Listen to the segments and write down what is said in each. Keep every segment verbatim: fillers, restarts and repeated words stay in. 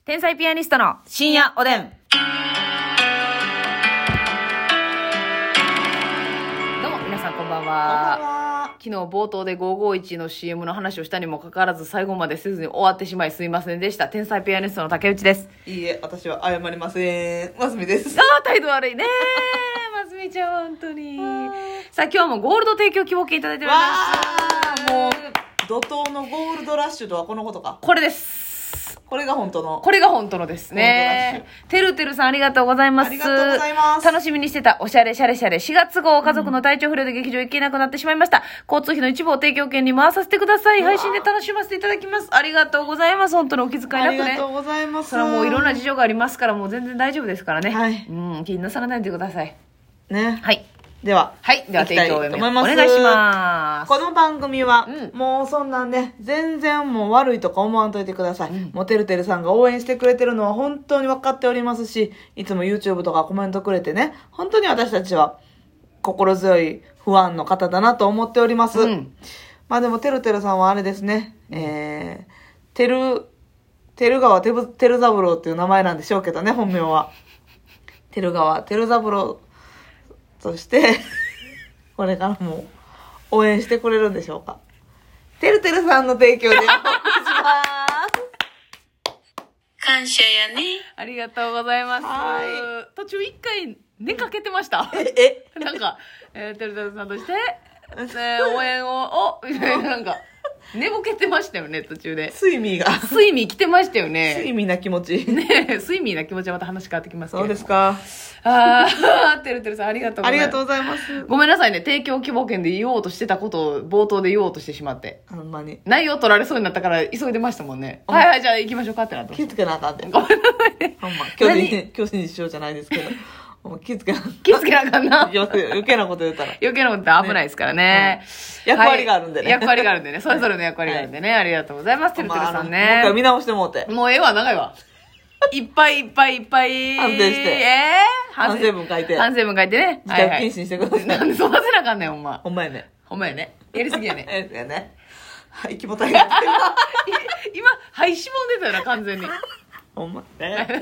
天才ピアニストの深夜おでん。どうも皆さんこんばんは。 こんばんは。 昨日冒頭でごーごーいちの シーエム の話をしたにもかかわらず最後までせずに終わってしまいすいませんでした。天才ピアニストの竹内です。 いいえ、私は謝りません。ますみです。 ああ、態度悪いねますみちゃん、本当に。さあ、今日もゴールド提供希望券いただいております。 もう怒涛のゴールドラッシュとはこのことか。 これです。 これが本当の。 これが本当のですね。てるてるさんありがとうございます。 ありがとうございます。 楽しみにしてたおしゃれシャレシャレしがつ号、家族の体調不良で劇場行けなくなってしまいました。交通費の一部を提供券に回させてください。配信で楽しませていただきます。ありがとうございます。本当にお気遣いなくね。 ありがとうございます。 それはもういろんな事情がありますからもう全然大丈夫ですからね。 はい。 うん、気になさらないでください。 ね。 はい。 では。 はい。では提供をお願いします。 この番組は、 うん、 もうそんなんね、全然もう悪いとか思わんといてください。うん、もうてるてるさんが応援してくれてるのは本当に分かっておりますし、いつも YouTube とかコメントくれてね、本当に私たちは心強いファンの方だなと思っております。うん、まあでもてるてるさんはあれですね、えー、てる、てる川てる、てる三郎っていう名前なんでしょうけどね、本名は。てる川てる三郎としてこれからも応援してくれるんでしょうか。てるてるさんの提供でお願いします。 感謝やね。 ありがとうございます。 はい。 途中一回寝かけてました。 え、 えなんか、えー、てるてるさんとして、えー、応援を、おみたいな、なんか、寝ぼけてましたよね、途中で。 睡眠が。 睡眠来てましたよね。 睡眠な気持ち。 ねえ、睡眠な気持ちはまた話変わってきますけど。 そうですか。 あー、てるてるさんありがとうございます。 ありがとうございます。 ごめんなさいね、提供希望券で言おうとしてたことを冒頭で言おうとしてしまって。 ほんまに。 内容取られそうになったから急いでましたもんね。はいはい、じゃあ行きましょうかってなって。 気ぃつけなあかんで。 ごめんなさいね。 ほんま。巨人、巨人師匠じゃないですけど。気ぃつけな。 気ぃつけなあかんな。 余計なこと言ったら。 余計なことって危ないですからね。ねうん、役割があるんでね、 はい。役割があるんでね。それぞれの役割があるんでね。はい、ありがとうございます。てるてるさんね。 もう一回見直してもうて。 もうええわ、長いわ。いっぱいいっぱいいっぱい。 反省して。 えー、反省文書いて。 反省文書いてね。 自宅謹慎してください。 はいはい、なんでそうさせなあかんねん、ほんま。 ほんまやね。 ほんまやね。やりすぎやね。 やりすぎやね。はい、気も大変。 今、はいしぼんでたよな、完全に。 ほんま。ね。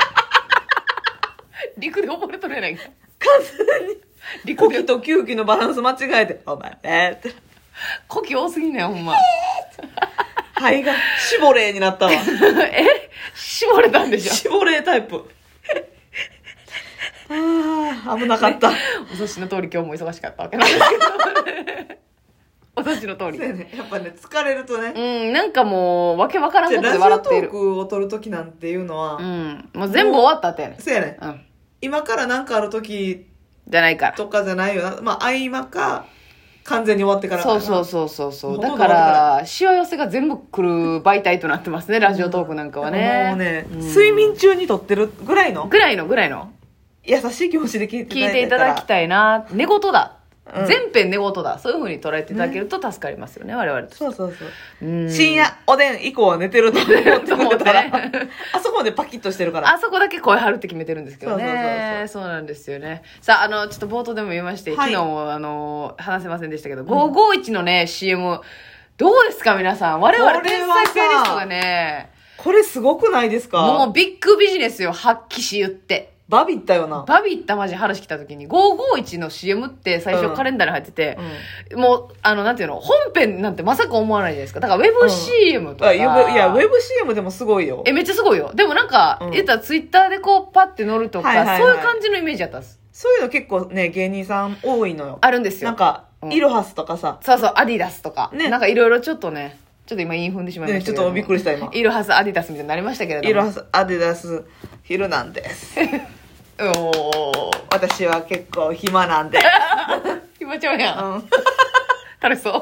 陸で溺れとるやないか。 完全に。陸で。呼気と吸気のバランス間違えて。お前ねって。 呼気多すぎんねん、ほんま。 肺が絞れになったわ。 え絞れたんでしょ。 絞れタイプ。ああ、危なかった、ね。 お察しの通り今日も忙しかったわけなんですけど。お察しの通り。 ね、やっぱね、疲れるとね。 うん、なんかもう、わけわからんことで笑っている。 ラジオトークを撮るときなんていうのは。 うん。もう全部終わったってやねん。 そうやね。うん。今からなんかあるとき。 じゃないから。 とかじゃないよな。まあ、合間か。完全に終わってからそうそうそうそうそう。だから、しわ寄せが全部来る媒体となってますね、ラジオトークなんかはね。 もうね、うん、睡眠中に撮ってるぐらいのぐらいのぐらいの優しい気持ちで聞いていただいて聞いていただきたいな。寝言だ。 うん、 全編寝言だ。そういう風に捉えていただけると助かりますよね、ね我々と。 そうそうそう。うん、深夜おでん以降は寝てると思ってたら、ね、あそこまでパキッとしてるから。 あそこだけ声張るって決めてるんですけどね。そうそうそうそう。そうなんですよね。さあ、あの、ちょっと冒頭でも言いまして、はい、昨日もあの、話せませんでしたけど、うん、ごーごーいちのね、シーエム、どうですか皆さん。我々天才ピアニストがね、 これすごくないですか？ もうビッグビジネスよ、発揮し言って。 バビったよな。 バビったマジ話来た時に、ごーごーいちの シーエム って最初カレンダーに入ってて、うん、もう、あの、なんていうの、本編なんてまさか思わないじゃないですか。だから ウェブ シーエム とか、うん。いや、 ウェブ シーエム でもすごいよ。 え、めっちゃすごいよ。でもなんか、うん、言ったらツイッターでこう、パッて乗るとか、はいはいはい、そういう感じのイメージだったんです。 そういうの結構ね、芸人さん多いのよ。 あるんですよ。 なんか、うん、イロハスとかさ。 そうそう、アディダスとか。ね。なんかいろいろちょっとね、ちょっと今イン踏んでしまいましたけど、 ね、ちょっとびっくりした今。 イロハス、アディダスみたいになりましたけれども。 イロハス、アディダス、ヒルなんです。お私は結構暇なんで。 暇ちゃうやん。うん、楽しそう。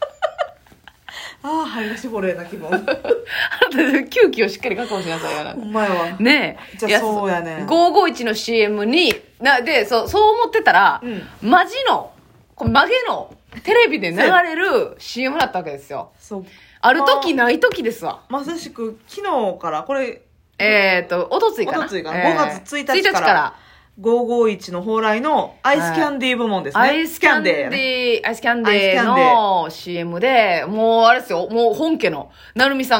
ああ、肺が絞れな気分。あなた、 吸気をしっかり確保しなさいよな。 ほんまやわ。 ねえ。じゃあそうやね。 ごーごーいちの シーエム に、な、で、そう、そう思ってたら、うん、マジの、これ曲げの、テレビで流れる シーエム だったわけですよ。そう。ある時ない時ですわ。 まさしく、昨日から、これ、 えっと、おとついかな。 おとついかな。ごがつついたちから。ごーごーいちの蓬莱のアイスキャンディー部門ですね。 アイスキャンディー、ね、アイスキャンディーの シーエム で、もうあれですよ、もう本家の、なるみさんが。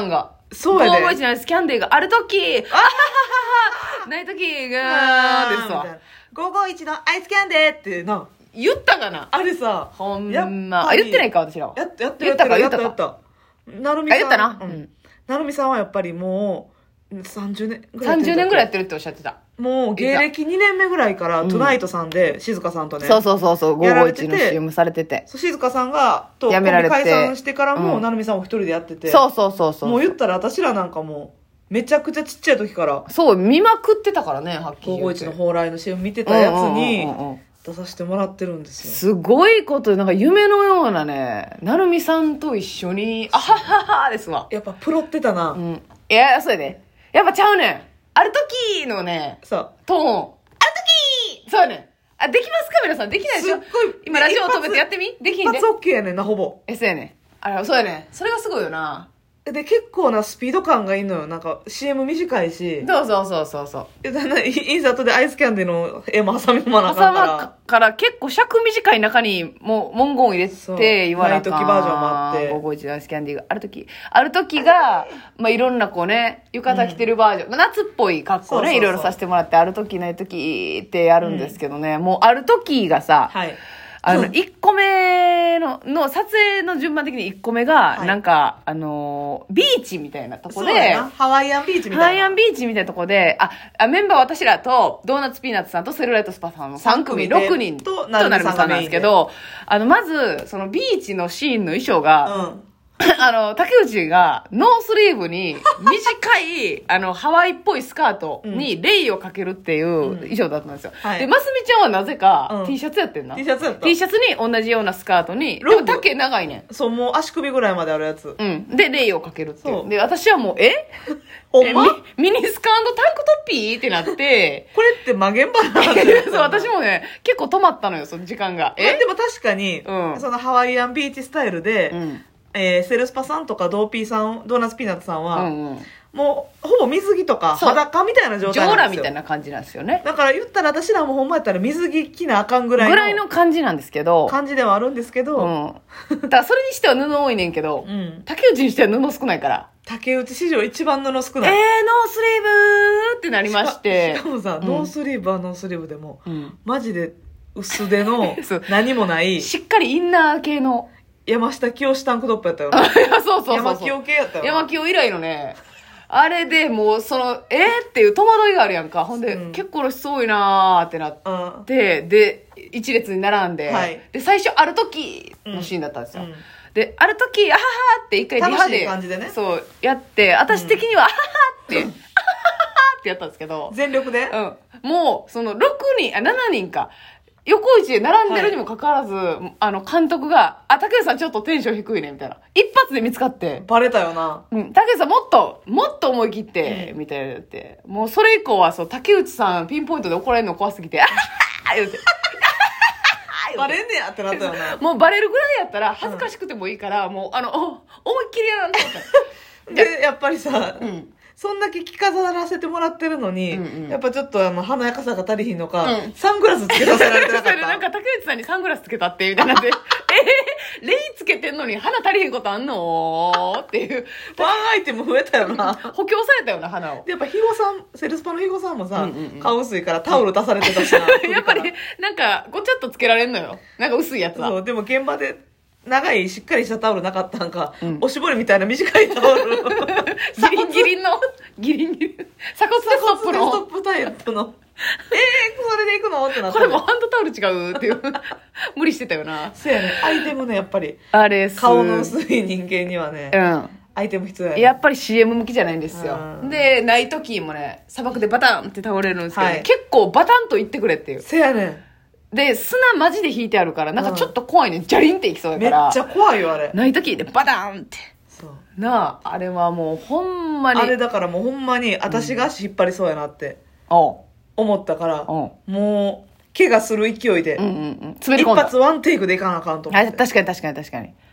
そうやで。 ごーごいちのアイスキャンディーがあるとき、あははははないときがーですわ。 ごーごーいちのアイスキャンデーってな。 言ったかなあれさ、 ほんま。あ、言ってないか、私らは。 やっやって言ったか、 やっ言ったたか。 やった。なるみさん。 あ、言ったな。 ううんん。 なるみさんはやっぱりもう、さんじゅうねんぐらい。 さんじゅうねんぐらいやってるっておっしゃってた。 もう芸歴にねんめぐらいから、 うんトゥナイトさんで、静香さんとね。 そうそうそうそう、ごーごーいちのやられててシーエム されてて。 そう静香さんが、と、 やめられて解散してからも、 うんなるみさんお一人でやってて。 そうそうそうそう。 もう言ったら私らなんかもう、めちゃくちゃちっちゃい時から、 そう、見まくってたからね、はっきり言って。 ごーごーいちの蓬莱の シーエム 見てたやつにうんうんうんうん、 出させてもらってるんですよ。 すごいこと、なんか夢のようなね、なるみさんと一緒に、あはははですわ。 やっぱプロってたな。 うん。いや、そうやで。やっぱちゃうねん。ある時のね、 さトーン。ある時そうやねん。あ、できますか皆さん。できないでしょすっごい今ラジオを止めてやってみできんで一発。オッケーやねんな、ほぼ。 え、そうやねん。あれ、そうやねん。それがすごいよな。 で、結構なスピード感がいいのよ。なんか シーエム 短いし。 そうそうそうそうそう。 えだなイインサートでアイスキャンディーの絵も挟み込まなあか朝んから。 間から結構尺短い中にもう文言を入れそうて言わなあかん。 ない時バージョンもあってごーごーいちのアイスキャンディーがある時。ある時が、まあいろんなこうね、浴衣着てるバージョン。まあ夏っぽい格好ね、 そうそうそういろいろさせてもらって、ある時ない時ってやるんですけどね、もうある時がさ、 はい。 あの、 うんいっこめの、の、撮影の順番的にいっこめが、 はいなんか、あのー、ビーチみたいなとこで、 そうやな。ハワイアンビーチみハワイたいな。 アンビーチみたいなとこで、あ、あメンバー私らと、ドーナツピーナッツさんとセルライトスパさんのさん組、 さん組でろくにんととなるみさんなんですけど、あの、まず、そのビーチのシーンの衣装が、 うん。 あの、竹内がノースリーブに短い、あの、ハワイっぽいスカートにレイをかけるっていう衣装だったんですよ。 はいで、ますみちゃんはなぜかうん T シャツやってんな。 T シャツやった T シャツに同じようなスカートに、でローブも丈長いねん。 そう、もう足首ぐらいまであるやつ。 うん。で、レイをかけるっていう。 そうで、私はもう、ええほんまミミニスカタンクトッピーってなって、 これって曲げんばなってそう、私もね、結構止まったのよ、その時間が。 えでも確かに、 うんそのハワイアンビーチスタイルで、 うん。 えーセルスパさんとかドーピーさん、ドーナツピーナッツさんうは、 んうん。 もうほぼ水着とかそう裸みたいな状ジョーラみ態なんですよ。 たいな感じなんですよね。 だから言ったら私らもほんまやったら水着着なあかんぐらいのぐらいの感じなんですけど、 感じではあるんですけど、 うん。だからそれにしては布多いねんけど、 うん竹内にしては布少ないから、 竹内史上一番布少えー、ノースない。 リーブってなりまして。 しかもさ、 うんノースリーブはノースリーブでも、 うん。 マジで薄手のそう何もないしっかりインナー系の。 山下清タンクトップやったよあな。 いやそうそうそうそう。 山清系やったよな。 山清以来のね、あれでもうその、えー、っていう戸惑いがあるやんか。ほんで、 うん結構露出多いなーってなっうん。 て、で、一列に並んで、 はいで、最初ある時のシーンだったんですよ。 うんで、ある時、あははって一回リハ楽しいで、 感じでねそう、やって、私的には、あははって、あははってやったんですけど、 全力で、 うん。もう、その、ろくにん、あ、しちにんか。横一で並んでるにもかかわらず、あの、監督が、あ、竹内さんちょっとテンション低いね、みたいな。一発で見つかって、 バレたよな。 うん、竹内さんもっと、もっと思い切って、みたいな言って、もうそれ以降は、そう、竹内さんピンポイントで怒られるの怖すぎて、あはは言って、 バレんねやってなったよな。 もうバレるぐらいやったら、恥ずかしくてもいいから、もう、あの、お思いっきりやらんと思った。 で、やっぱりさ、 うん。 そんだけ着飾らせてもらってるのに、 うんうんやっぱちょっとあの、華やかさが足りひんのか、 うんサングラスつけさせられてなそかっれなんた。 か竹内さんにサングラスつけたって、みたいなんで、えー、レイつけてんのに鼻足りへんことあんのっていう、 ワンアイテム増えたよな。 補強されたような鼻を。 でやっぱ、ひごさん、セルスパのひごさんもさ、 うんうんうん顔薄いからタオル足されてたしな。 やっぱり、なんか、ごちゃっとつけられんのよ。なんか薄いやつは。 そう、でも現場で、長いしっかりしたタオルなかったんか、 うんおしぼりみたいな短いタオル。 ギリンギリンの、ギリンギリン。鎖骨でストップストッの。 プタイプの。えー、それで行くのってなったこれもハンドタオル違うっていう。無理してたよな。 そうやね。アイテムね、やっぱり、 あれす顔の薄い人間にはね、 うん。 アイテム必要やね。 やっぱり シーエム 向きじゃないんですよう。んで、ない時もね、砂漠でバタンって倒れるんですけど、ねはい結構バタンと言ってくれっていう。 せやねで、砂マジで引いてあるから、なんかちょっと怖いね。ジャリンっていきそうん。 やから。 めっちゃ怖いよ、あれ。 ない時でバタンって。 そう。 なあ、あれはもうほんまに。 あれだからもうほんまに、私が足引っ張りそうやなっておう。 思ったから、 おう。 もう、怪我する勢いで、 うんうんうん。滑り一込んだ。 発ワンテイクでいかなあかんと思あって。 確かに確かに確かに。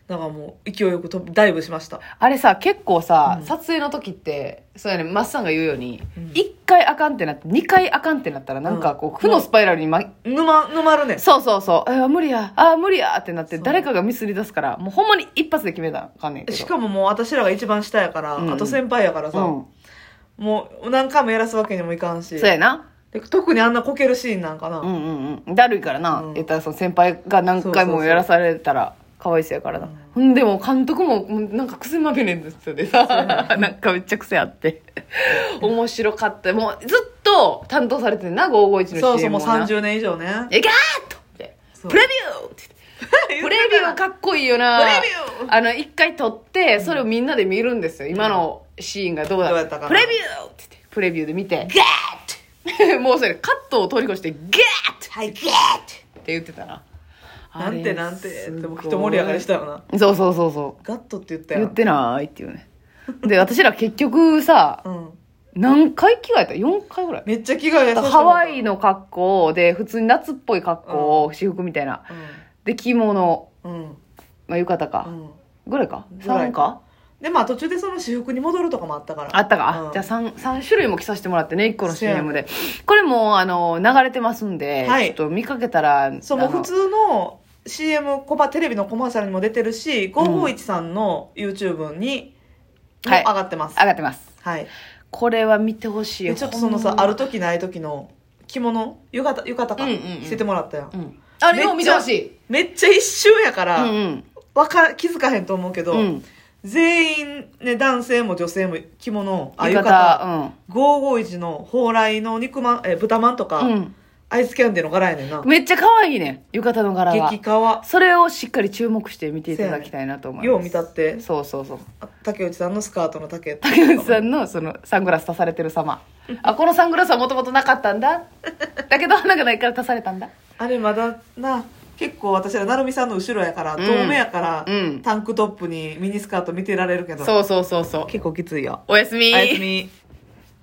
だからもう勢いよくとダイブしました。 あれさ、結構さ、 うん撮影の時って、そうやね、マッサンが言うように、 うんいっかいあかんってなって、にかいあかんってなったら、なんかこう、負のスパイラルに、ま、 沼、沼るね。 そうそうそう、あー無理や、あー無理やってなって、 そう誰かがミスり出すから、もうほんまに一発で決めたらあかんねんけど。 しかももう私らが一番下やから、 うんあと先輩やからさ、 うん。 もう何回もやらすわけにもいかんし。 そうやな。 で特にあんなこけるシーンなんかな。 うんうんうん。だるいからな。 うん言ったらその先輩が何回もやらされたら、かわいそうやからな。ほんでも監督も、もうなんか癖まみれんですよね。さ、なんかめっちゃ癖あって。面白かった。もうずっと担当されてるな、ごーごーいちの シーエムそうそう、もうなさんじゅうねん以上ね。 え、ガーッとってそうプレビューって言ってプレビューかっこいいよな。 プレビューあの、一回撮って、それをみんなで見るんですよ。今のシーンがどうだどうやったかなプレビューって言って、プレビューで見て、ガーッてもうそれカットを通り越して、ガーッはい、ゲーって言ってたな。 なんてなんて、 あれでも一盛り上がりしたよな。 そうそうそうそう。 ガットって言ったよ。 言ってないっていうね。で、私ら結局さ、 うん。 何回着替えた ?よん 回ぐらい。 めっちゃ着替えさせてもらったハワイの格好で、普通に夏っぽい格好、私服みたいな。で、着物、 うん。うん。 まあ、浴衣か。 うん。 ぐらいかぐらい ?さん かで、まあ途中でその私服に戻るとかもあったから。 あったか、 うんじゃあ 3, 三種類も着させてもらってね、いっこの シーエムそうやで。これも、あの、流れてますんで、 はいちょっと見かけたら、 そう、もうあの普通の シーエム、コマ、テレビのコマーシャルにも出てるし、ごーごーいちさんの YouTube にもはい上がってます。 上がってます。 はい。 これは見てほしい。 で、ちょっとそのさ、 ほんまある時ない時の着物、浴衣、浴衣か、 うんうんうん着せてもらったよ。 うん。あれを見てほしい。 めっちゃ一瞬やから、 うんうん。 わか、気づかへんと思うけど、 うん。 全員、ね、男性も女性も着物、あ、 浴浴衣、 衣、 ごーごーいちの蓬莱の肉まん、え、豚まんとか、 うん。うん。 アイスキャンデーの柄やねんな。 めっちゃ可愛いね。浴衣の柄が。 激かわ。 それをしっかり注目して見ていただきたいなと思います。 よう見たって。 そうそうそう。 あ竹内さんのスカートの丈。 竹内さんのそのサングラス足されてる様。あ、このサングラスはもともとなかったんだ。だけど花がないから足されたんだ。 あれまだな、結構私ら成美さんの後ろやから、 うん遠目やから、 うんタンクトップにミニスカート見てられるけど、 そうそうそうそう。 結構きついよ。 おやすみ。 おやすみ。